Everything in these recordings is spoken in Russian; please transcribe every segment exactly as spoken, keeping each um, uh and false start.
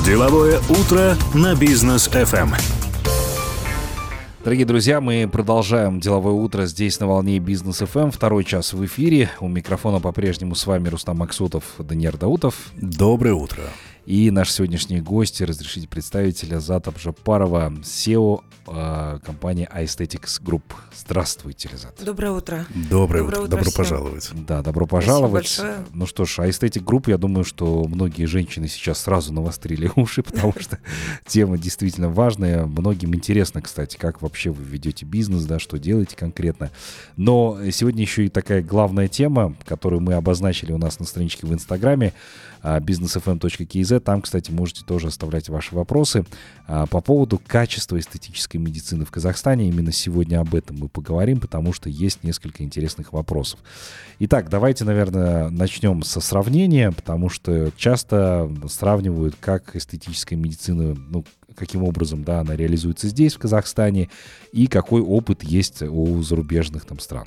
Деловое утро на Бизнес эф эм. Дорогие друзья, мы продолжаем деловое утро здесь на волне Бизнес эф эм. Второй час в эфире. У микрофона по-прежнему с вами Рустам Максутов, Даниил Даутов. Доброе утро. И наш сегодняшний гость, разрешите представить, Ляззат Абжапарова, си и о э, компании iEsthetics Group. Здравствуйте, Ляззат. Доброе утро. Доброе, Доброе утро. утро Добро всем. пожаловать. Да, добро пожаловать. Спасибо большое. Ну что ж, iEsthetics Group, я думаю, что многие женщины сейчас сразу навострили уши, потому что тема действительно важная. Многим интересно, кстати, как вообще вы ведете бизнес, да, что делаете конкретно. Но сегодня еще и такая главная тема, которую мы обозначили у нас на страничке в Инстаграме, бизнес эф эм точка кей зет. Там, кстати, можете тоже оставлять ваши вопросы по поводу качества эстетической медицины в Казахстане. Именно сегодня об этом мы поговорим, потому что есть несколько интересных вопросов. Итак, давайте, наверное, начнем со сравнения, потому что часто сравнивают, как эстетическая медицина, ну, каким образом, да, она реализуется здесь, в Казахстане, и какой опыт есть у зарубежных там стран.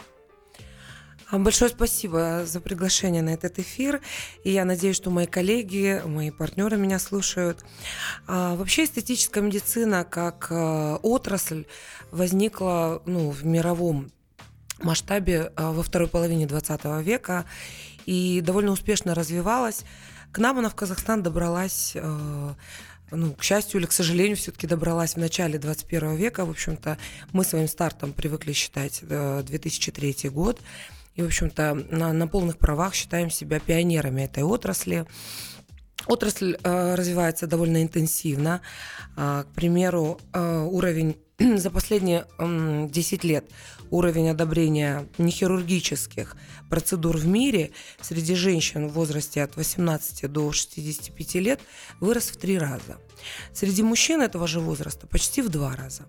Большое спасибо за приглашение на этот эфир. И я надеюсь, что мои коллеги, мои партнеры меня слушают. А, вообще эстетическая медицина как а, отрасль возникла, ну, в мировом масштабе а, во второй половине двадцатого века и довольно успешно развивалась. К нам она в Казахстан добралась, а, ну, к счастью или к сожалению, все-таки добралась в начале двадцать первого века. В общем-то, мы своим стартом привыкли считать две тысячи третий год. И, в общем-то, на, на полных правах считаем себя пионерами этой отрасли. Отрасль э, развивается довольно интенсивно. Э, к примеру, э, уровень за последние э, десять лет, уровень одобрения нехирургических процедур в мире среди женщин в возрасте от восемнадцати до шестидесяти пяти лет вырос в три раза. Среди мужчин этого же возраста почти в два раза.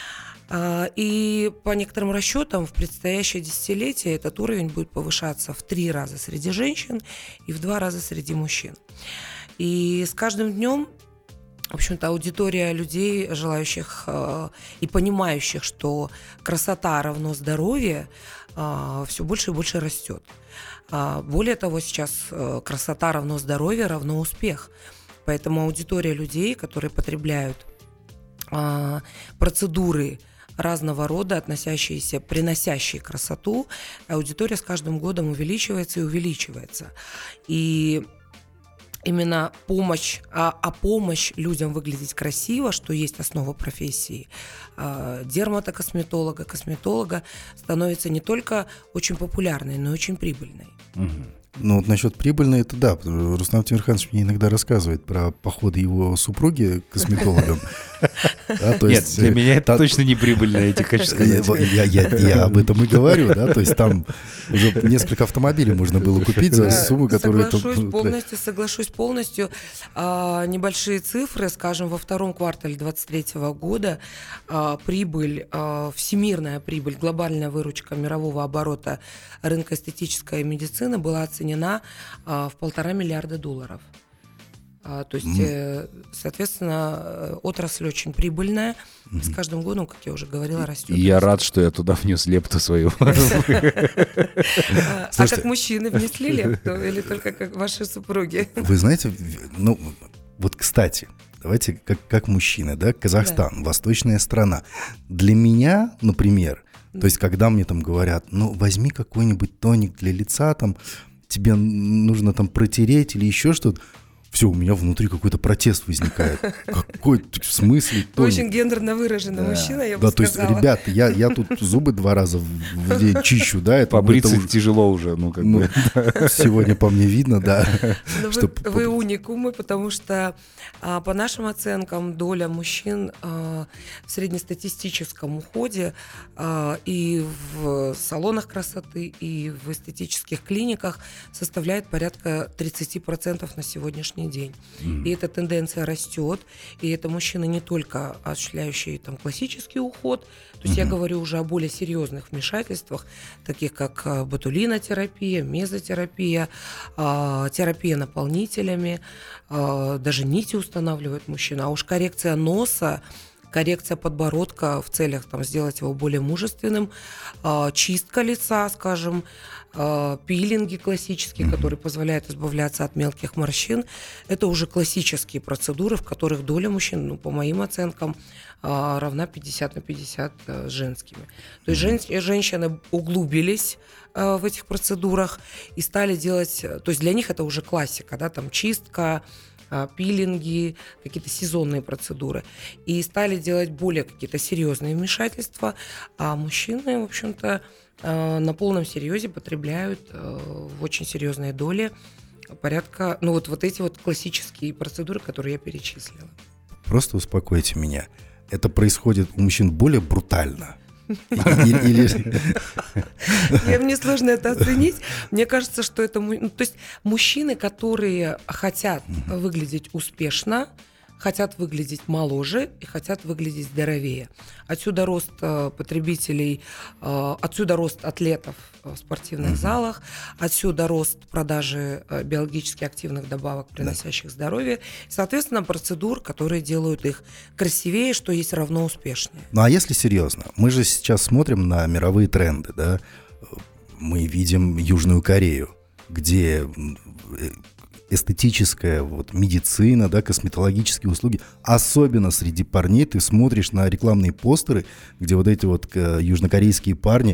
И по некоторым расчетам в предстоящее десятилетие этот уровень будет повышаться в три раза среди женщин и в два раза среди мужчин. И с каждым днем, в общем-то, аудитория людей, желающих и понимающих, что красота равно здоровье, все больше и больше растет. Более того, сейчас красота равно здоровье равно успех. Поэтому аудитория людей, которые потребляют процедуры разного рода, относящиеся, приносящие красоту, аудитория с каждым годом увеличивается и увеличивается. И именно помощь, а, а помощь людям выглядеть красиво, что есть основа профессии а, дерматокосметолога, косметолога, становится не только очень популярной, но и очень прибыльной. Угу. Ну, вот насчет прибыльной, это да. Рустам Тимирханович мне иногда рассказывает про походы его супруги к косметологам. Нет, для меня это точно не прибыльно, я тебе хочу сказать. Я об этом и говорю, да, то есть там уже несколько автомобилей можно было купить за сумму, которую... Соглашусь полностью, соглашусь полностью. Небольшие цифры, скажем, во втором квартале двадцать третьего года прибыль, всемирная прибыль, глобальная выручка мирового оборота рынка эстетической медицины была оценена в полтора миллиарда долларов. То есть, mm. соответственно, отрасль очень прибыльная. Mm-hmm. С каждым годом, как я уже говорила, растет. Я рад, что я туда внес лепту свою. А как мужчины внесли лепту или только как ваши супруги? Вы знаете, ну, вот, кстати, давайте как, как мужчины, да, Казахстан, да. Восточная страна. Для меня, например, то есть, когда мне там говорят, ну, возьми какой-нибудь тоник для лица, там, тебе нужно там протереть или еще что-то, все, у меня внутри какой-то протест возникает. Какой, в смысле? Тоник? Очень гендерно выраженный да. мужчина, я бы да, сказала. То есть, ребята, я, я тут зубы два раза в день чищу, да? Это, побриться это тяжело уже, ну, как ну, бы. Сегодня по мне видно, да. Что... Вы, вы уникумы, потому что, а, по нашим оценкам, доля мужчин а, в среднестатистическом уходе а, и в салонах красоты, и в эстетических клиниках составляет порядка тридцать процентов на сегодняшний день. Mm. И эта тенденция растет, и это мужчины не только осуществляющие там классический уход, то есть mm-hmm. я говорю уже о более серьезных вмешательствах, таких как ботулинотерапия, мезотерапия, э, терапия наполнителями, э, даже нити устанавливает мужчина, а уж коррекция носа, коррекция подбородка в целях там, сделать его более мужественным, чистка лица, скажем, пилинги классические, mm-hmm. которые позволяют избавляться от мелких морщин. Это уже классические процедуры, в которых доля мужчин, ну, по моим оценкам, равна пятьдесят на пятьдесят с женскими. То есть mm-hmm. жен, женщины углубились в этих процедурах и стали делать... То есть для них это уже классика, да, там чистка, пилинги, какие-то сезонные процедуры. И стали делать более какие-то серьезные вмешательства, а мужчины, в общем-то, на полном серьезе потребляют в очень серьезной доле порядка, ну вот, вот эти вот классические процедуры, которые я перечислила. Просто успокойте меня. Это происходит у мужчин более брутально? Мне сложно это оценить. Мне кажется, что это... То есть мужчины, которые хотят выглядеть успешно, хотят выглядеть моложе и хотят выглядеть здоровее. Отсюда рост э, потребителей, э, отсюда рост атлетов в спортивных uh-huh. залах, отсюда рост продажи э, биологически активных добавок, приносящих да. здоровье, и, соответственно, процедур, которые делают их красивее, что есть равно успешнее. Ну а если серьезно, мы же сейчас смотрим на мировые тренды, да? Мы видим Южную Корею, где эстетическая вот, медицина, да, косметологические услуги, особенно среди парней, ты смотришь на рекламные постеры, где вот эти вот э, южнокорейские парни,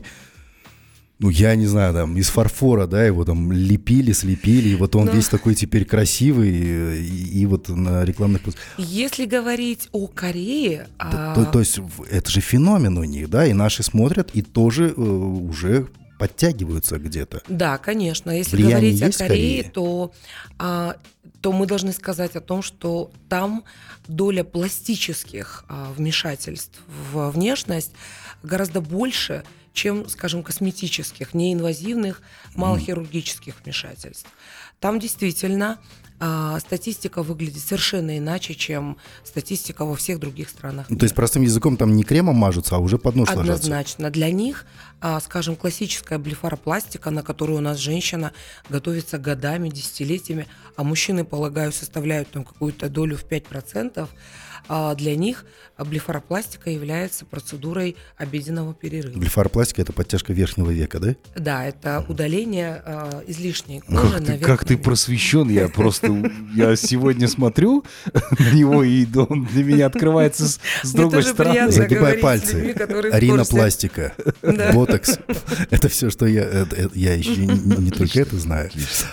ну, я не знаю, там, из фарфора, да, его там лепили, слепили, и вот он Но... весь такой теперь красивый, и, и, и вот на рекламных постерах. Если говорить о Корее... Да, а... то, то есть это же феномен у них, да, и наши смотрят, и тоже э, уже... подтягиваются где-то. Да, конечно. Если Влияние говорить о Корее, Корее? то, а, то мы должны сказать о том, что там доля пластических а, вмешательств в внешность гораздо больше, чем, скажем, косметических, неинвазивных, малохирургических вмешательств. Там действительно а, статистика выглядит совершенно иначе, чем статистика во всех других странах. Ну, то есть, простым языком, там не кремом мажутся, а уже под нос ложатся. Однозначно. Для них, а, скажем, классическая блефаропластика, на которую у нас женщина готовится годами, десятилетиями, а мужчины, полагаю, составляют там какую-то долю в пять процентов, а для них блефаропластика является процедурой обеденного перерыва. Блефаропластика – это подтяжка верхнего века, да? Да, это удаление э, излишней кожи. Как, на ты, как ты просвещен, я просто, я сегодня смотрю на него, и он для меня открывается с, с другой стороны. Загибай пальцы, ринопластика, ботокс, это все, что я, я еще не только это знаю.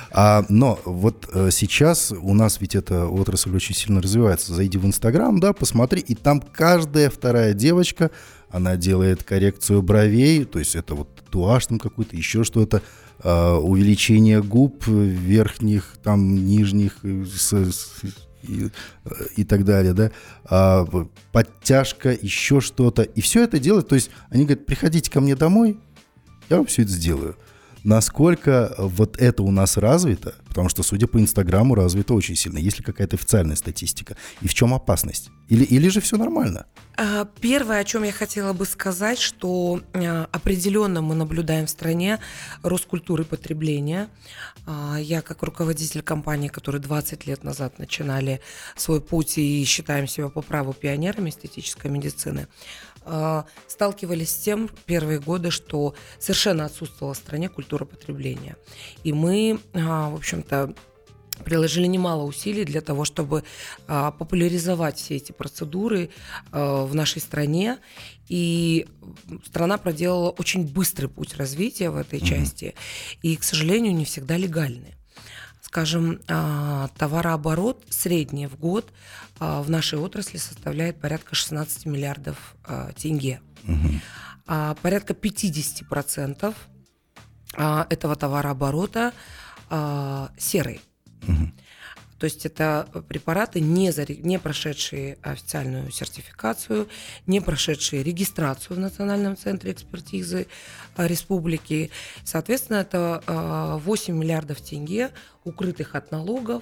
Но вот сейчас у нас ведь эта отрасль очень сильно развивается. Зайди в Инстаграм, да, посмотри, и там каждая вторая девочка, она делает коррекцию бровей, то есть это вот татуаж там какой-то, еще что-то, э, увеличение губ верхних, там, нижних с, с, и, и так далее, да, а, подтяжка, еще что-то. И все это делают, то есть они говорят, приходите ко мне домой, я вам все это сделаю. Насколько вот это у нас развито, потому что, судя по Инстаграму, развито очень сильно. Есть ли какая-то официальная статистика? И в чем опасность? Или, или же все нормально? Первое, о чем я хотела бы сказать, что определенно мы наблюдаем в стране рост культуры потребления. Я, как руководитель компании, которые двадцать лет назад начинали свой путь и считаем себя по праву пионерами эстетической медицины, сталкивались с тем первые годы, что совершенно отсутствовала в стране культура потребления. И мы, в общем-то, приложили немало усилий для того, чтобы а, популяризовать все эти процедуры а, в нашей стране. И страна проделала очень быстрый путь развития в этой mm-hmm. части. И, к сожалению, не всегда легальный. Скажем, а, товарооборот средний в год а, в нашей отрасли составляет порядка шестнадцать миллиардов а, тенге. Mm-hmm. А, порядка пятьдесят процентов а, этого товарооборота а, серый. Угу. То есть это препараты, не, заре... не прошедшие официальную сертификацию, не прошедшие регистрацию в Национальном центре экспертизы республики. Соответственно, это восемь миллиардов тенге, укрытых от налогов.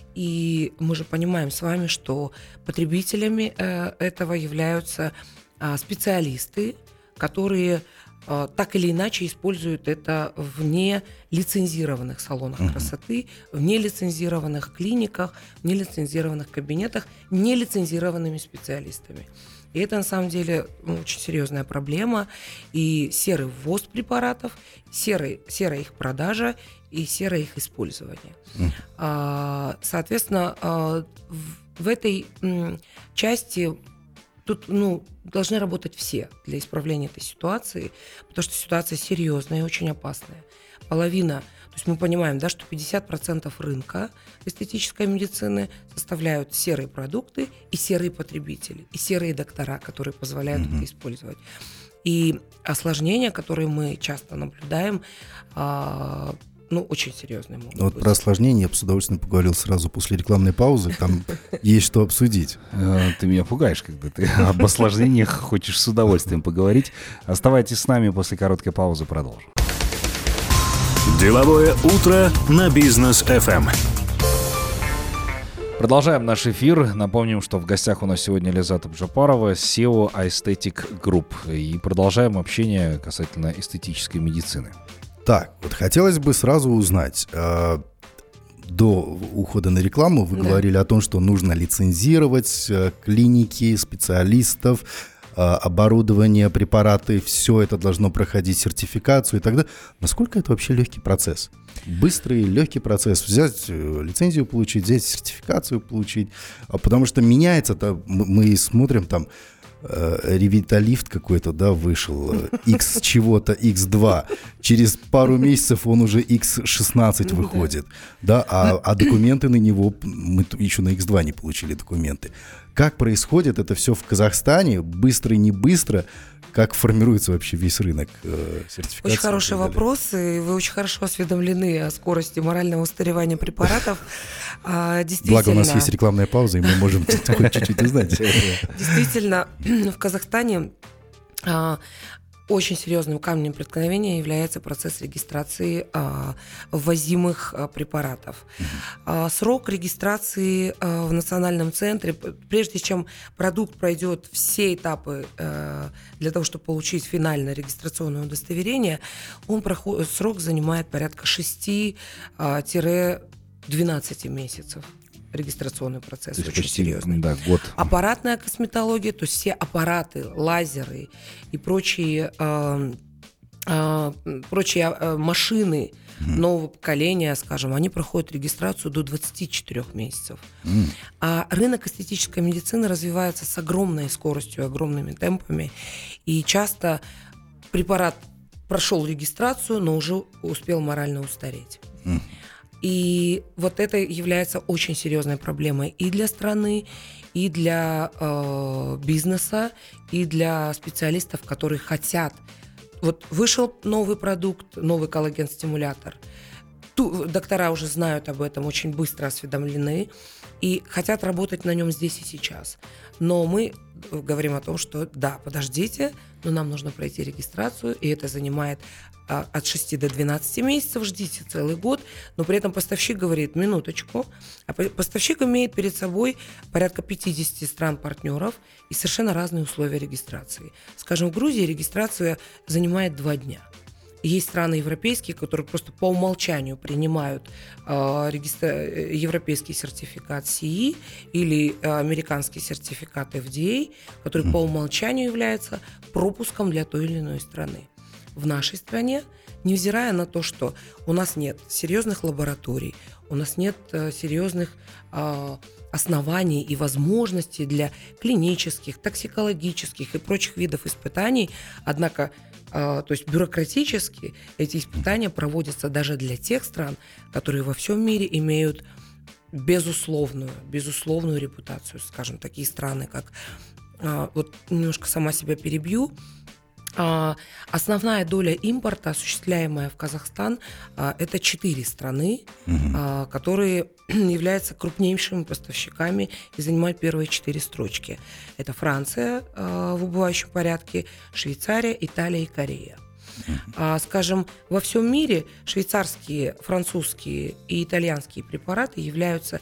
И мы же понимаем с вами, что потребителями этого являются специалисты, которые так или иначе используют это в нелицензированных салонах uh-huh. красоты, в нелицензированных клиниках, в нелицензированных кабинетах, нелицензированными специалистами. И это, на самом деле, ну, очень серьезная проблема. И серый ввоз препаратов, серый, серая их продажа и серое их использование. Uh-huh. А, соответственно, а, в, в этой м, части тут, ну, должны работать все для исправления этой ситуации, потому что ситуация серьезная и очень опасная. Половина, то есть мы понимаем, да, что пятьдесят процентов рынка эстетической медицины составляют серые продукты и серые потребители, и серые доктора, которые позволяют mm-hmm. это использовать. И осложнения, которые мы часто наблюдаем, а, ну, очень серьезные могут вот быть. Про осложнения я бы с удовольствием поговорил сразу после рекламной паузы. Там есть что обсудить. Ты меня пугаешь, когда ты об осложнениях хочешь с удовольствием поговорить. Оставайтесь с нами, после короткой паузы продолжим. Деловое утро на Бизнес эф эм. Продолжаем наш эфир. Напомним, что в гостях у нас сегодня Лиззат Абджапарова, си и о Aesthetic Group. И продолжаем общение касательно эстетической медицины. Так, вот хотелось бы сразу узнать, э, до ухода на рекламу вы да. говорили о том, что нужно лицензировать э, клиники, специалистов, э, оборудование, препараты, все это должно проходить сертификацию и так далее. Насколько это вообще легкий процесс? Быстрый, легкий процесс. Взять э, лицензию получить, взять сертификацию получить. А потому что меняется, мы, мы смотрим там, Ревиталифт какой-то, да, вышел, X чего-то, икс два. Через пару месяцев он уже икс шестнадцать выходит, да, а, а документы на него, мы еще на икс два не получили документы. Как происходит это все в Казахстане, быстро и не быстро, как формируется вообще весь рынок э, сертификации? Очень хороший вопрос, и вы очень хорошо осведомлены о скорости морального устаревания препаратов. Действительно. Благо у нас есть рекламная пауза, и мы можем хоть чуть-чуть узнать. Действительно, в Казахстане очень серьезным камнем преткновения является процесс регистрации а, ввозимых а, препаратов. Uh-huh. А, срок регистрации а, в национальном центре, прежде чем продукт пройдет все этапы а, для того, чтобы получить финальное регистрационное удостоверение, он проход, срок занимает порядка шесть-двенадцать месяцев. Регистрационный процесс очень почти, серьезный. Да, год. Аппаратная косметология, то есть все аппараты, лазеры и прочие, э, э, прочие э, машины mm. нового поколения, скажем, они проходят регистрацию до двадцати четырёх месяцев. Mm. А рынок эстетической медицины развивается с огромной скоростью, огромными темпами. И часто препарат прошел регистрацию, но уже успел морально устареть. Mm. И вот это является очень серьезной проблемой и для страны, и для э, бизнеса, и для специалистов, которые хотят. Вот вышел новый продукт, новый коллаген-стимулятор. Ту, доктора уже знают об этом, очень быстро осведомлены и хотят работать на нем здесь и сейчас. Но мы говорим о том, что да, подождите, но нам нужно пройти регистрацию, и это занимает а, от шести до двенадцати месяцев, ждите целый год, но при этом поставщик говорит, минуточку, а поставщик имеет перед собой порядка пятьдесят стран-партнеров и совершенно разные условия регистрации. Скажем, в Грузии регистрация занимает два дня. Есть страны европейские, которые просто по умолчанию принимают э, регистра... европейский сертификат си и или э, американский сертификат эф ди эй, который mm. по умолчанию является пропуском для той или иной страны. В нашей стране, невзирая на то, что у нас нет серьезных лабораторий, у нас нет э, серьезных э, оснований и возможностей для клинических, токсикологических и прочих видов испытаний, однако то есть бюрократически эти испытания проводятся даже для тех стран, которые во всем мире имеют безусловную, безусловную репутацию. Скажем, такие страны, как... Вот немножко сама себя перебью. Основная доля импорта, осуществляемая в Казахстан, это четыре страны, угу. которые являются крупнейшими поставщиками и занимают первые четыре строчки. Это Франция в убывающем порядке, Швейцария, Италия и Корея. Uh-huh. Скажем, во всем мире швейцарские, французские и итальянские препараты являются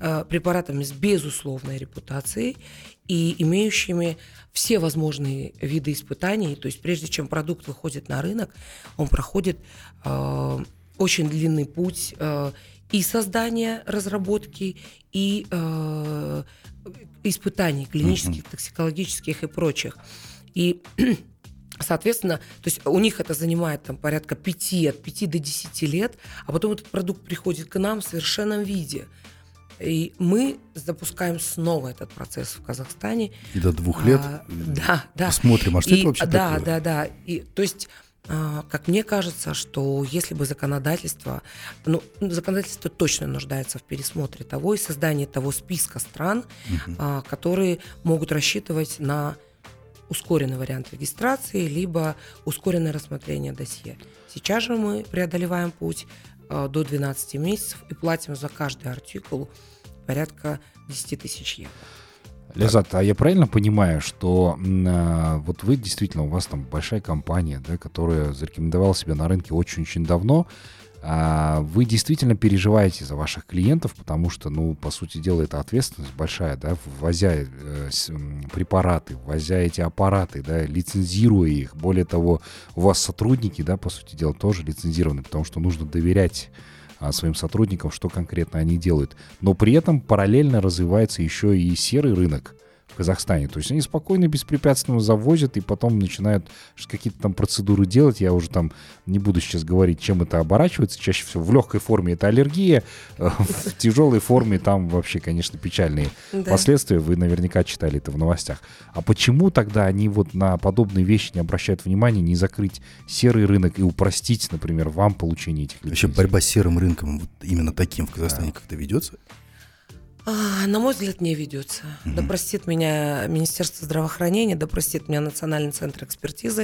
э, препаратами с безусловной репутацией и имеющими все возможные виды испытаний. То есть прежде чем продукт выходит на рынок, он проходит э, очень длинный путь э, и создания, разработки, и э, испытаний клинических, токсикологических и прочих. И, соответственно, то есть у них это занимает там, порядка пяти, от пяти до десяти лет, а потом этот продукт приходит к нам в совершенном виде. И мы запускаем снова этот процесс в Казахстане. И до двух лет а, да, да. посмотрим, а что и, это вообще да, такое? Да, да, да. И, то есть, а, как мне кажется, что если бы законодательство, ну, законодательство точно нуждается в пересмотре того и создании того списка стран, угу. а, которые могут рассчитывать на ускоренный вариант регистрации, либо ускоренное рассмотрение досье. Сейчас же мы преодолеваем путь а, до двенадцати месяцев и платим за каждый артикул порядка десять тысяч евро. Лязат, а я правильно понимаю, что а, вот вы действительно, у вас там большая компания, да, которая зарекомендовала себя на рынке очень-очень давно, а вы действительно переживаете за ваших клиентов, потому что, ну, по сути дела, это ответственность большая, да, ввозя э, с, препараты, ввозя эти аппараты, да, лицензируя их. Более того, у вас сотрудники, да, по сути дела, тоже лицензированы, потому что нужно доверять своим сотрудникам, что конкретно они делают. Но при этом параллельно развивается еще и серый рынок в Казахстане. То есть они спокойно, беспрепятственно завозят и потом начинают какие-то там процедуры делать. Я уже там не буду сейчас говорить, чем это оборачивается. Чаще всего в легкой форме это аллергия, в тяжелой форме там вообще, конечно, печальные последствия. Вы наверняка читали это в новостях. А почему тогда они вот на подобные вещи не обращают внимания, не закрыть серый рынок и упростить, например, вам получение этих лицензий? Вообще борьба с серым рынком вот именно таким в Казахстане да. как-то ведется? А, на мой взгляд, не ведется. Mm-hmm. Да простит меня Министерство здравоохранения, да простит меня Национальный центр экспертизы.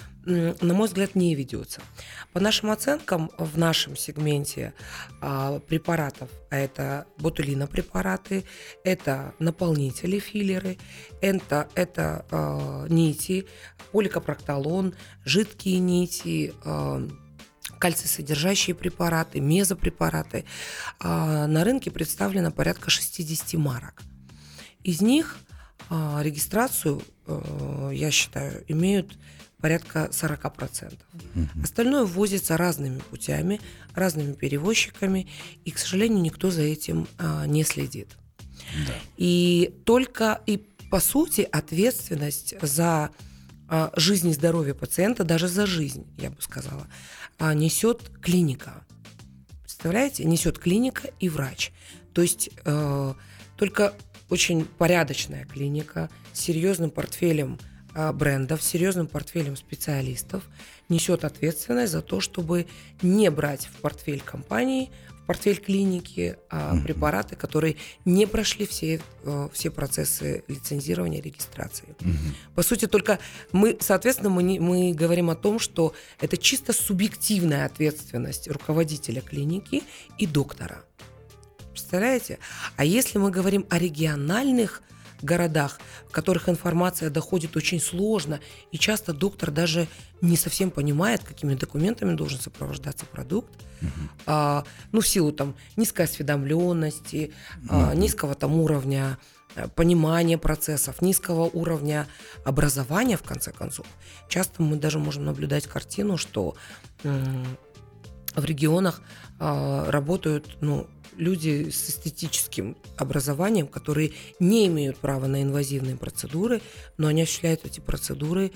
На мой взгляд, не ведется. По нашим оценкам, в нашем сегменте а, препаратов, а это ботулинопрепараты, это наполнители, филлеры, это, это а, нити, поликопрокталон, жидкие нити, а, кальций-содержащие препараты, мезопрепараты. А, на рынке представлено порядка шестьдесят марок. Из них а, регистрацию, а, я считаю, имеют порядка сорок процентов. Mm-hmm. Остальное ввозится разными путями, разными перевозчиками, и, к сожалению, никто за этим а, не следит. Да. И только, и по сути, ответственность за а, жизнь и здоровье пациента, даже за жизнь, я бы сказала, а, несет клиника. Представляете? Несет клиника и врач. То есть э, только очень порядочная клиника с серьезным портфелем брендов, с серьезным портфелем специалистов несет ответственность за то, чтобы не брать в портфель компании, в портфель клиники а, mm-hmm. препараты, которые не прошли все, все процессы лицензирования и регистрации. Mm-hmm. По сути, только мы, соответственно, мы, не, мы говорим о том, что это чисто субъективная ответственность руководителя клиники и доктора. Представляете? А если мы говорим о региональных городах, в которых информация доходит очень сложно, и часто доктор даже не совсем понимает, какими документами должен сопровождаться продукт, uh-huh. а, ну, в силу там низкой осведомленности, uh-huh. а, низкого там уровня понимания процессов, низкого уровня образования, в конце концов. Часто мы даже можем наблюдать картину, что м- в регионах а, работают, ну, люди с эстетическим образованием, которые не имеют права на инвазивные процедуры, но они осуществляют эти процедуры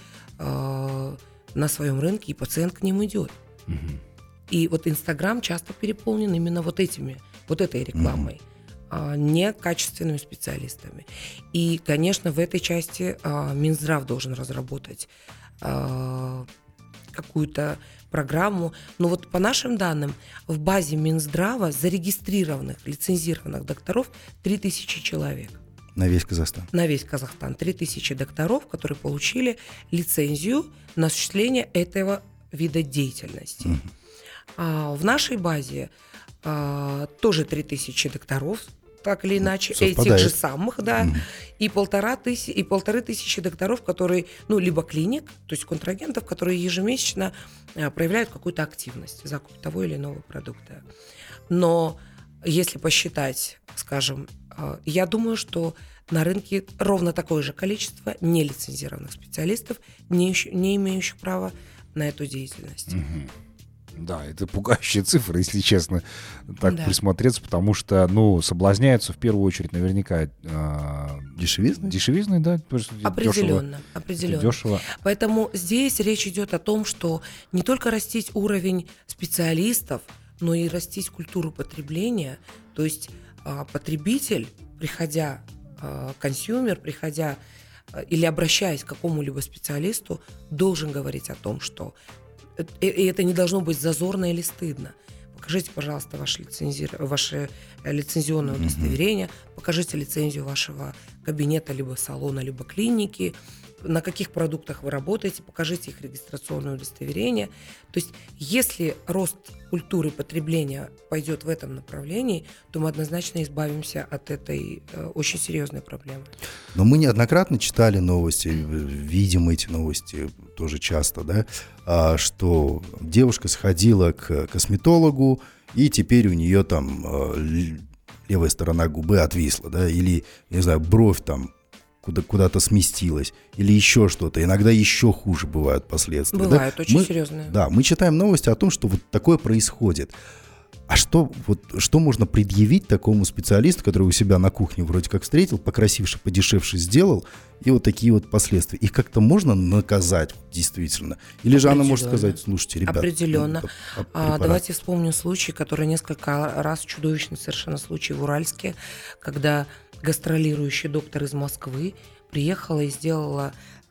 э, на своем рынке, и пациент к ним идет. Угу. И вот Инстаграм часто переполнен именно вот этими, вот этой рекламой, угу. э, некачественными специалистами. И, конечно, в этой части э, Минздрав должен разработать э, какую-то программу. Но вот по нашим данным, в базе Минздрава зарегистрированных, лицензированных докторов три тысячи человек. На весь Казахстан? На весь Казахстан. три тысячи докторов, которые получили лицензию на осуществление этого вида деятельности. Угу. А в нашей базе а, тоже три тысячи докторов, так или иначе, совпадает. Этих же самых, да, mm-hmm. и, полтора тысячи, и полторы тысячи докторов, которые, ну, либо клиник, то есть контрагентов, которые ежемесячно а, проявляют какую-то активность в закупе того или иного продукта. Но если посчитать, скажем, э, я думаю, что на рынке ровно такое же количество нелицензированных специалистов, не, ищу- не имеющих права на эту деятельность. Мгм. Да, это пугающая цифра, если честно, так Да. присмотреться, потому что, ну, соблазняются в первую очередь наверняка а, Дешевизны? дешевизной, да? потому что дешево- Определенно, определенно. Дешево. Поэтому здесь речь идет о том, что не только растить уровень специалистов, но и растить культуру потребления. То есть а, потребитель, приходя, а, консюмер, приходя а, или обращаясь к какому-либо специалисту, должен говорить о том, что э- и это не должно быть зазорно или стыдно. Покажите, пожалуйста, ваше, лицензир... ваше э, лицензионное удостоверение, покажите лицензию вашего кабинета, либо салона, либо клиники, на каких продуктах вы работаете, покажите их регистрационное удостоверение. То есть, если рост культуры потребления пойдет в этом направлении, то мы однозначно избавимся от этой э, очень серьезной проблемы. Но мы неоднократно читали новости, видим эти новости тоже часто, да, а, что девушка сходила к косметологу, и теперь у нее там а, л- левая сторона губы отвисла, да, или, не знаю, бровь там куда- куда-то сместилась, или еще что-то. Иногда еще хуже бывают последствия. да. Бывают очень Мы- серьезные. Да, мы читаем новости о том, что вот такое происходит. А что, вот, что можно предъявить такому специалисту, который у себя на кухне вроде как встретил, покрасивше, подешевше сделал, и вот такие вот последствия? Их как-то можно наказать действительно? Или же она может Определенно. сказать, слушайте, ребят... Определенно. ну, а- а А, препарат? давайте вспомним случай, который несколько раз, чудовищный совершенно случай в Уральске, когда гастролирующий доктор из Москвы приехала и сделала,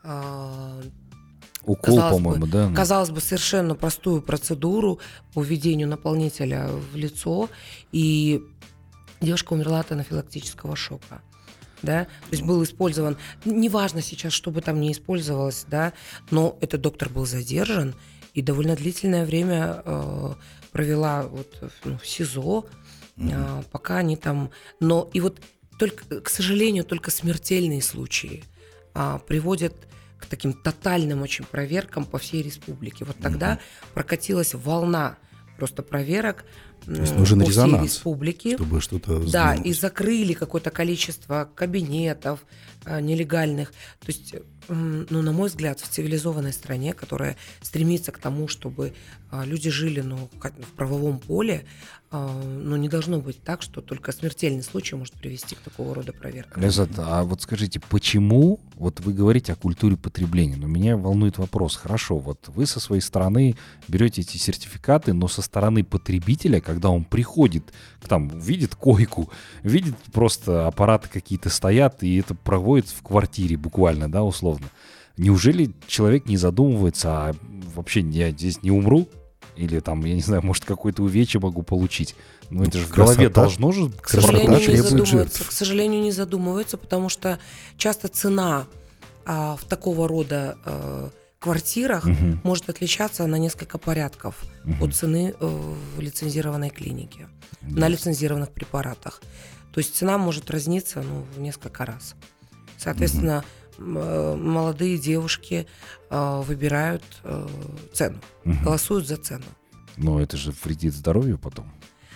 а, Укол, казалось бы, по-моему, да? казалось бы, совершенно простую процедуру по введению наполнителя в лицо, и девушка умерла от анафилактического шока. Да? То есть был использован, неважно сейчас, что бы там ни использовалось, да, но этот доктор был задержан и довольно длительное время э, провела вот, ну, в СИЗО, э, пока они там... Но и вот только, к сожалению, только смертельные случаи а, приводят к таким тотальным очень проверкам по всей республике. Вот тогда прокатилась волна просто проверок То есть нужен по всей резонанс, республике. чтобы что-то Да, сдвинулось. и закрыли какое-то количество кабинетов а, нелегальных. То есть, м, ну, на мой взгляд, в цивилизованной стране, которая стремится к тому, чтобы а, люди жили, ну, как- в правовом поле, а, ну, не должно быть так, что только смертельный случай может привести к такого рода проверкам. Лязат, а вот скажите, почему, вот вы говорите о культуре потребления, но меня волнует вопрос, хорошо, вот вы со своей стороны берете эти сертификаты, но со стороны потребителя, когда он приходит, там, видит койку, видит просто аппараты какие-то стоят, и это проводит в квартире буквально, да, условно, неужели человек не задумывается, а вообще я здесь не умру? Или там, я не знаю, может, какое-то увечье могу получить. Ну, это же в голове Красота. должно же... К сожалению, Красота не требует задумывается. жертв. К сожалению, не задумывается, потому что часто цена а, в такого рода а, квартирах Мгм. может отличаться на несколько порядков Мгм. от цены э, в лицензированной клинике, на лицензированных препаратах. То есть цена может разниться, ну, в несколько раз. Соответственно, м, э, молодые девушки э, выбирают э, цену, Мгм. голосуют за цену. Но это же вредит здоровью потом.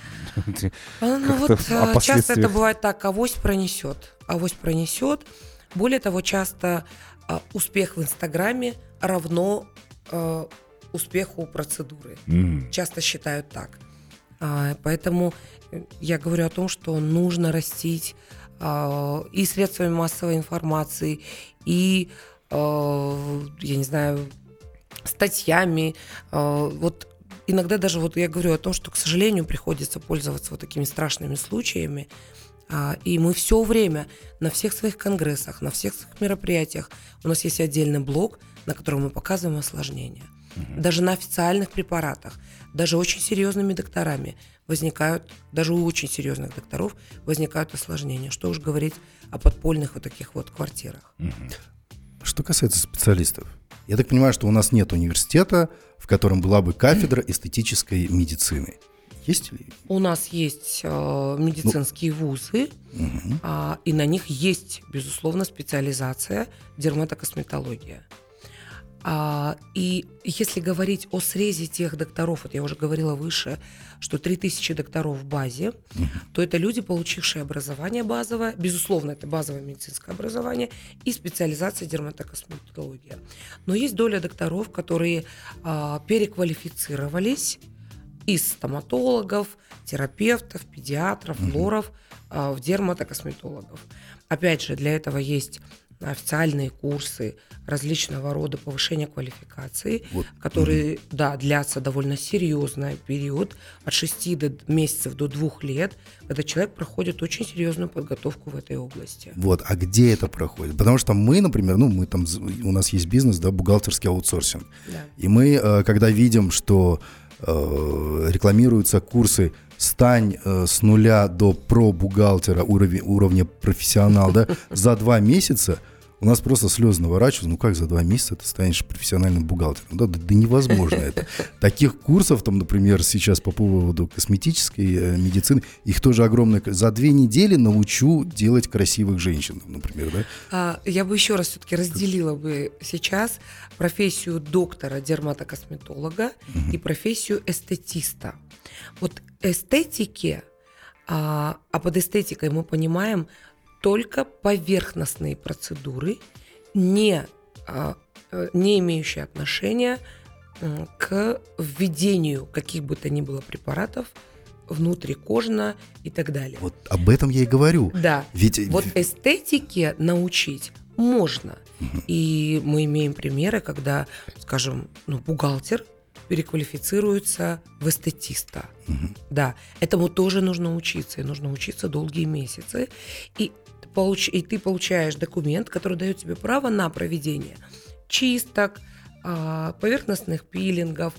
А, Ну Как-то вот о а, часто последствиях. это бывает так, авось пронесет, авось пронесет. Более того, часто а, успех в Инстаграме равно а, успеху процедуры. М. Часто считают так. А, Поэтому э, я говорю о том, что нужно растить а, и средствами массовой информации, и, а, я не знаю, статьями. А, Вот иногда даже вот я говорю о том, что, к сожалению, приходится пользоваться вот такими страшными случаями. А, И мы все время на всех своих конгрессах, на всех своих мероприятиях у нас есть отдельный блок, на котором мы показываем осложнения. Даже на официальных препаратах, даже очень серьезными докторами возникают, даже у очень серьезных докторов возникают осложнения. Что уж говорить о подпольных вот таких вот квартирах. Что касается специалистов, я так понимаю, что у нас нет университета, в котором была бы кафедра эстетической медицины. Есть ли? У нас есть э, медицинские вузы, Мгм. а, и на них есть, безусловно, специализация дерматокосметология. И если говорить о срезе тех докторов, вот я уже говорила выше, что три тысячи докторов в базе, uh-huh. то это люди, получившие образование базовое, безусловно, это базовое медицинское образование и специализация дерматокосметология. Но есть доля докторов, которые а, переквалифицировались из стоматологов, терапевтов, педиатров, uh-huh. лоров а, в дерматокосметологов. Опять же, для этого есть официальные курсы различного рода повышения квалификации, вот. которые mm-hmm. да, длятся довольно серьезный период, от шести до, месяцев до двух лет, когда человек проходит очень серьезную подготовку в этой области. Вот, а где это проходит? Потому что мы, например, ну, мы там, у нас есть бизнес, да, бухгалтерский аутсорсинг. Да. И мы, когда видим, что э, рекламируются курсы «Стань э, с нуля до про-бухгалтера уровня, уровня профессионал», да, за два месяца, у нас просто слезы наворачиваются. Ну как за два месяца ты станешь профессиональным бухгалтером? Да, да, да невозможно это. Таких курсов, там, например, сейчас по поводу косметической э, медицины, их тоже огромное. За две недели научу делать красивых женщин, например, да? А, я бы еще раз все-таки разделила бы сейчас профессию доктора-дерматокосметолога угу. и профессию эстетиста. Вот эстетики, а, а под эстетикой мы понимаем только поверхностные процедуры, не, а, не имеющие отношения к введению каких бы то ни было препаратов внутрикожно и так далее. Вот об этом я и говорю. Да, Ведь... вот эстетике научить можно. Угу. И мы имеем примеры, когда, скажем, ну, бухгалтер переквалифицируется в эстетиста. Угу. Да, этому тоже нужно учиться, и нужно учиться долгие месяцы. И, получ... и ты получаешь документ, который дает тебе право на проведение чисток, поверхностных пилингов,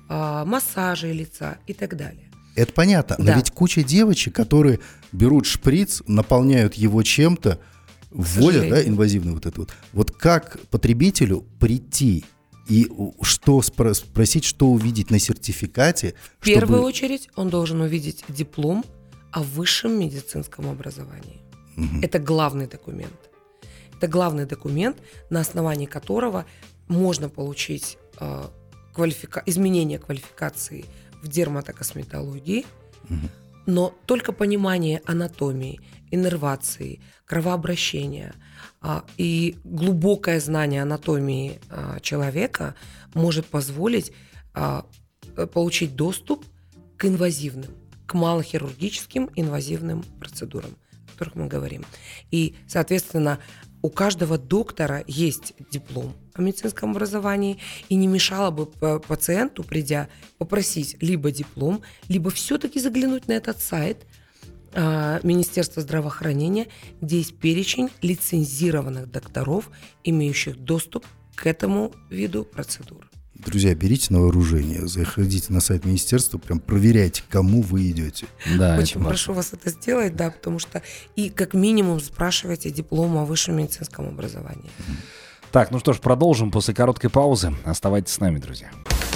массажей лица и так далее. Это понятно, но да. ведь куча девочек, которые берут шприц, наполняют его чем-то, вводят, да, инвазивный вот это вот. Вот как потребителю прийти и что спросить, что увидеть на сертификате? В чтобы... первую очередь он должен увидеть диплом о высшем медицинском образовании. Угу. Это главный документ. Это главный документ, на основании которого можно получить э, квалифика... изменение квалификации в дерматокосметологии, угу. но только понимание анатомии, иннервации, кровообращения а, и глубокое знание анатомии а, человека может позволить а, получить доступ к инвазивным, к малохирургическим инвазивным процедурам, о которых мы говорим. И, соответственно, у каждого доктора есть диплом о медицинском образовании, и не мешало бы пациенту, придя, попросить либо диплом, либо все-таки заглянуть на этот сайт Министерства здравоохранения, где есть перечень лицензированных докторов, имеющих доступ к этому виду процедур. Друзья, берите на вооружение, заходите на сайт министерства, прям проверяйте, к кому вы идете. Да, очень прошу вас это сделать, да, потому что и как минимум спрашивайте диплом о высшем медицинском образовании. Так, ну что ж, продолжим после короткой паузы. Оставайтесь с нами, друзья.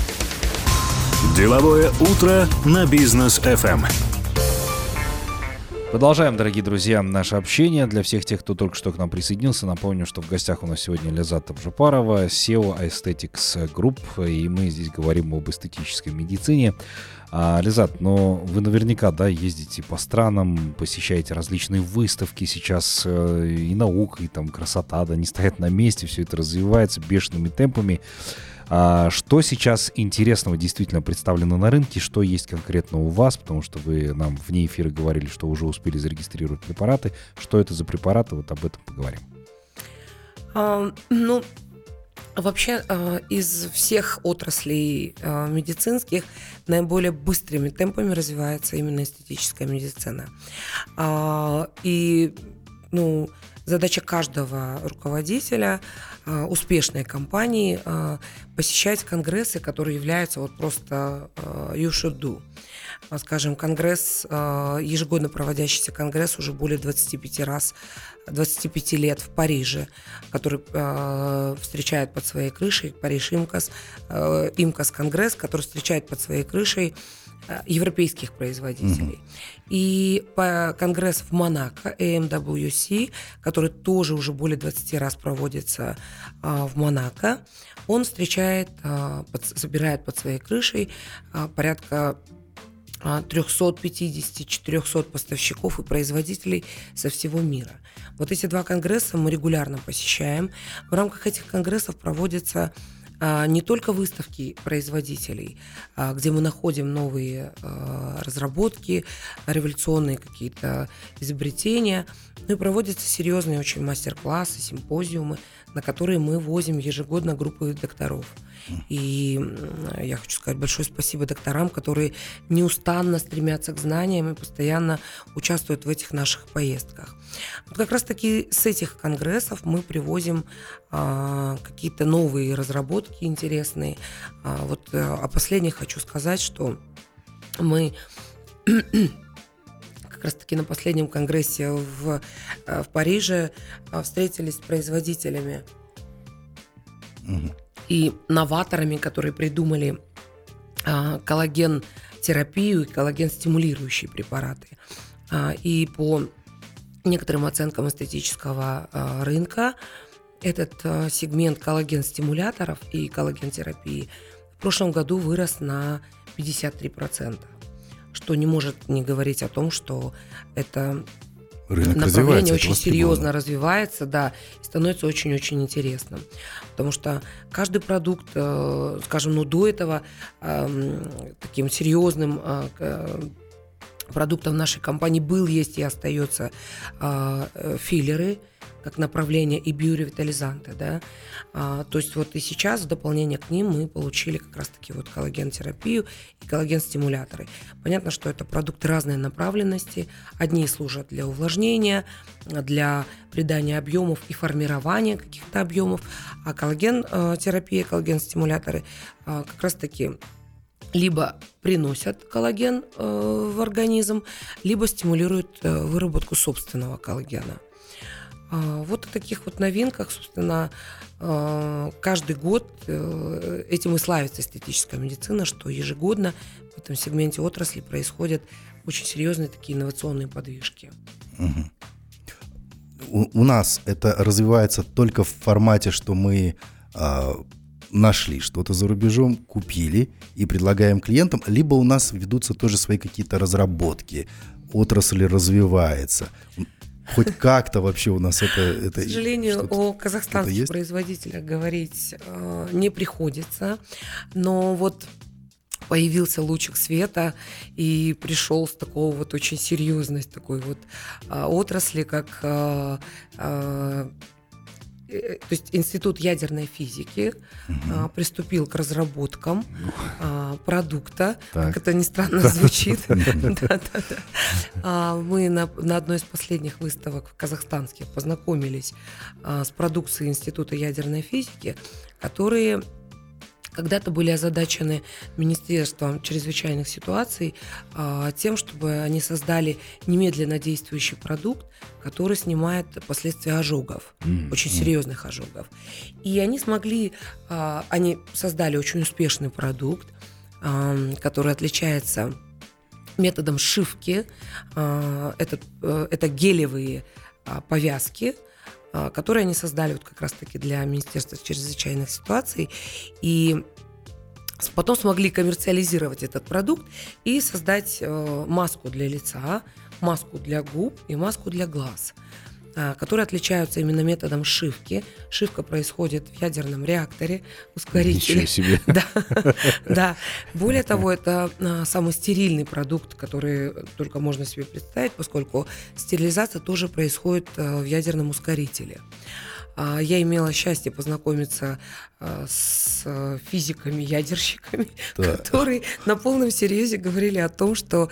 Деловое утро на Бизнес эф эм. Продолжаем, дорогие друзья, наше общение. Для всех тех, кто только что к нам присоединился, напомню, что в гостях у нас сегодня Ляззат Абжапарова, си и о Aesthetics Group, и мы здесь говорим об эстетической медицине. А, Ляззат, но вы наверняка, да, ездите по странам, посещаете различные выставки сейчас, и наука, и там красота, да, не стоят на месте, все это развивается бешеными темпами. А что сейчас интересного действительно представлено на рынке, что есть конкретно у вас, потому что вы нам вне эфира говорили, что уже успели зарегистрировать препараты. Что это за препараты, вот об этом поговорим. А, ну, вообще из всех отраслей медицинских наиболее быстрыми темпами развивается именно эстетическая медицина. И, ну, задача каждого руководителя э, успешной компании э, посещать конгрессы, которые являются вот просто э, you should do. Скажем, конгресс, э, ежегодно проводящийся конгресс уже более двадцати пяти раз, двадцати пяти лет в Париже, который э, встречает под своей крышей Париж Имкас, э, Имкас Конгресс, который встречает под своей крышей европейских производителей. Mm-hmm. И по конгресс в Монако, эй эм дабл ю си, который тоже уже более двадцать раз проводится а, в Монако, он встречает, а, под, собирает под своей крышей а, порядка триста пятьдесят - четыреста поставщиков и производителей со всего мира. Вот эти два конгресса мы регулярно посещаем. В рамках этих конгрессов проводятся а, не только выставки производителей, а, где мы находим новые а, разработки, революционные какие-то изобретения, но и проводятся серьезные очень мастер-классы, симпозиумы, на которые мы возим ежегодно группы докторов. И я хочу сказать большое спасибо докторам, которые неустанно стремятся к знаниям и постоянно участвуют в этих наших поездках. Вот как раз-таки с этих конгрессов мы привозим а, какие-то новые разработки интересные. А, вот о последних хочу сказать, что мы как раз-таки на последнем конгрессе в, в Париже встретились с производителями угу. и новаторами, которые придумали а, коллаген-терапию и коллаген-стимулирующие препараты. А, и по некоторым оценкам эстетического а, рынка этот а, сегмент коллаген-стимуляторов и коллаген-терапии в прошлом году вырос на пятьдесят три процента. Что не может не говорить о том, что это рынок направление очень серьезно было. развивается, да, и становится очень-очень интересным. Потому что каждый продукт, скажем, ну до этого таким серьезным продуктом нашей компании был, есть и остается филлеры, как направление и биоревитализанты, да. А, то есть вот и сейчас в дополнение к ним мы получили как раз-таки вот коллаген-терапию и коллаген-стимуляторы. Понятно, что это продукты разной направленности. Одни служат для увлажнения, для придания объемов и формирования каких-то объемов, а коллаген-терапия, коллаген-стимуляторы а, как раз-таки либо приносят коллаген э, в организм, либо стимулируют э, выработку собственного коллагена. Вот о таких вот новинках, собственно, каждый год этим и славится эстетическая медицина, что ежегодно в этом сегменте отрасли происходят очень серьезные такие инновационные подвижки. Угу. У, у нас это развивается только в формате, что мы э, нашли что-то за рубежом, купили и предлагаем клиентам, либо у нас ведутся тоже свои какие-то разработки, отрасль развивается. Хоть как-то вообще у нас это... это К сожалению, о казахстанских производителях говорить э, не приходится, но вот появился лучик света и пришел с такого вот очень серьезной такой вот э, отрасли, как... Э, э, То есть Институт ядерной физики угу. а, приступил к разработкам а, продукта, так. как это ни странно звучит. Мы на одной из последних выставок казахстанских познакомились с продукцией Института ядерной физики, которые когда-то были озадачены Министерством чрезвычайных ситуаций а, тем, чтобы они создали немедленно действующий продукт, который снимает последствия ожогов, mm-hmm. очень серьезных ожогов. И они смогли, а, они создали очень успешный продукт, а, который отличается методом сшивки. А, это, это гелевые а, повязки, которые они создали вот как раз-таки для Министерства чрезвычайных ситуаций, и потом смогли коммерциализировать этот продукт и создать маску для лица, маску для губ и маску для глаз, которые отличаются именно методом сшивки. Сшивка происходит в ядерном реакторе, ускорителе. Ничего себе. Да, да. Более того, это самый стерильный продукт, который только можно себе представить, поскольку стерилизация тоже происходит в ядерном ускорителе. Я имела счастье познакомиться с физиками-ядерщиками, да. которые на полном серьезе говорили о том, что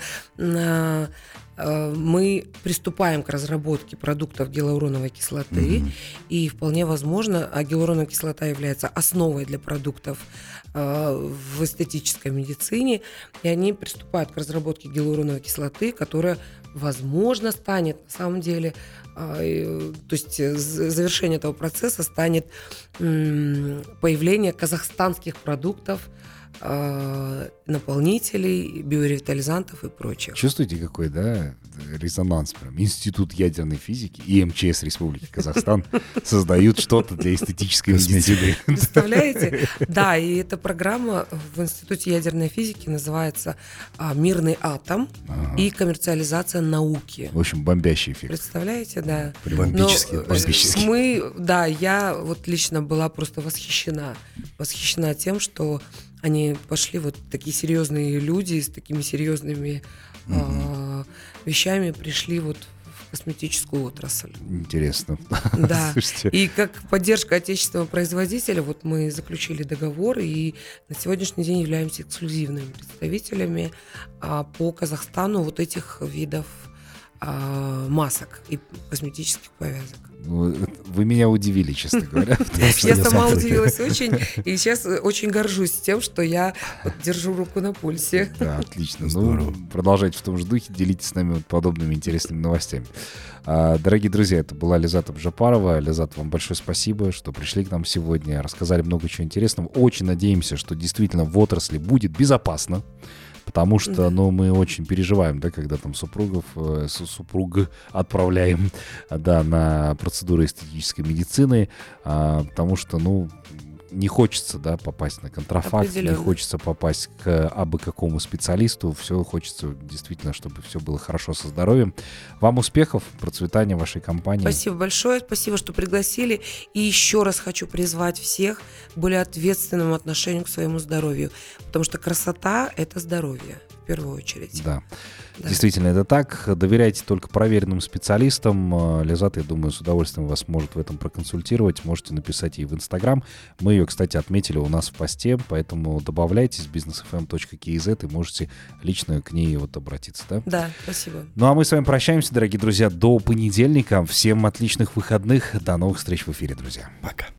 мы приступаем к разработке продуктов гиалуроновой кислоты, mm-hmm. и вполне возможно, а гиалуроновая кислота является основой для продуктов э, в эстетической медицине, и они приступают к разработке гиалуроновой кислоты, которая, возможно, станет на самом деле, э, то есть завершение этого процесса станет э, появление казахстанских продуктов э, наполнителей, биоревитализантов и прочих. Чувствуете, какой, да, резонанс? Прям Институт ядерной физики и эм че эс Республики Казахстан создают что-то для эстетической медицины. Представляете? Да, и эта программа в Институте ядерной физики называется а, «Мирный атом» Ага. и коммерциализация науки. В общем, бомбящий эффект. Представляете, да. Бомбический, Но, э, бомбический. Мы, да, я вот лично была просто восхищена. Восхищена тем, что они пошли, вот такие серьезные люди с такими серьезными э, вещами пришли вот в косметическую отрасль. Интересно. Да. Слушайте, И как поддержка отечественного производителя, вот мы заключили договор и на сегодняшний день являемся эксклюзивными представителями а, по Казахстану вот этих видов а, масок и косметических повязок. ну, вы меня удивили, честно говоря. потому что Я я сама сам удивилась очень, и сейчас очень горжусь тем, что я вот держу руку на пульсе. Да, отлично. Здорово. Ну, продолжайте в том же духе, делитесь с нами вот подобными интересными новостями. А, дорогие друзья, это была Лизат Абжапарова. Лизат, вам большое спасибо, что пришли к нам сегодня, рассказали много чего интересного. Очень надеемся, что действительно в отрасли будет безопасно, потому что, Да. ну, мы очень переживаем, да, когда там супругов, э, су- супруг отправляем, да, на процедуры эстетической медицины, а, потому что, ну, не хочется, да, попасть на контрафакт, не Определенно. хочется попасть к абы какому специалисту, все хочется действительно, чтобы все было хорошо со здоровьем. Вам успехов, процветания вашей компании. Спасибо большое, спасибо, что пригласили. И еще раз хочу призвать всех к более ответственному отношению к своему здоровью, потому что красота – это здоровье, в первую очередь. Да. Да. Действительно, это так. Доверяйте только проверенным специалистам. Лизат, я думаю, с удовольствием вас может в этом проконсультировать. Можете написать ей в Инстаграм. Мы ее, кстати, отметили у нас в посте, поэтому добавляйтесь бизнес эф эм точка кей зет и можете лично к ней вот обратиться, да? Да, спасибо. Ну а мы с вами прощаемся, дорогие друзья, до понедельника. Всем отличных выходных. До новых встреч в эфире, друзья. Пока.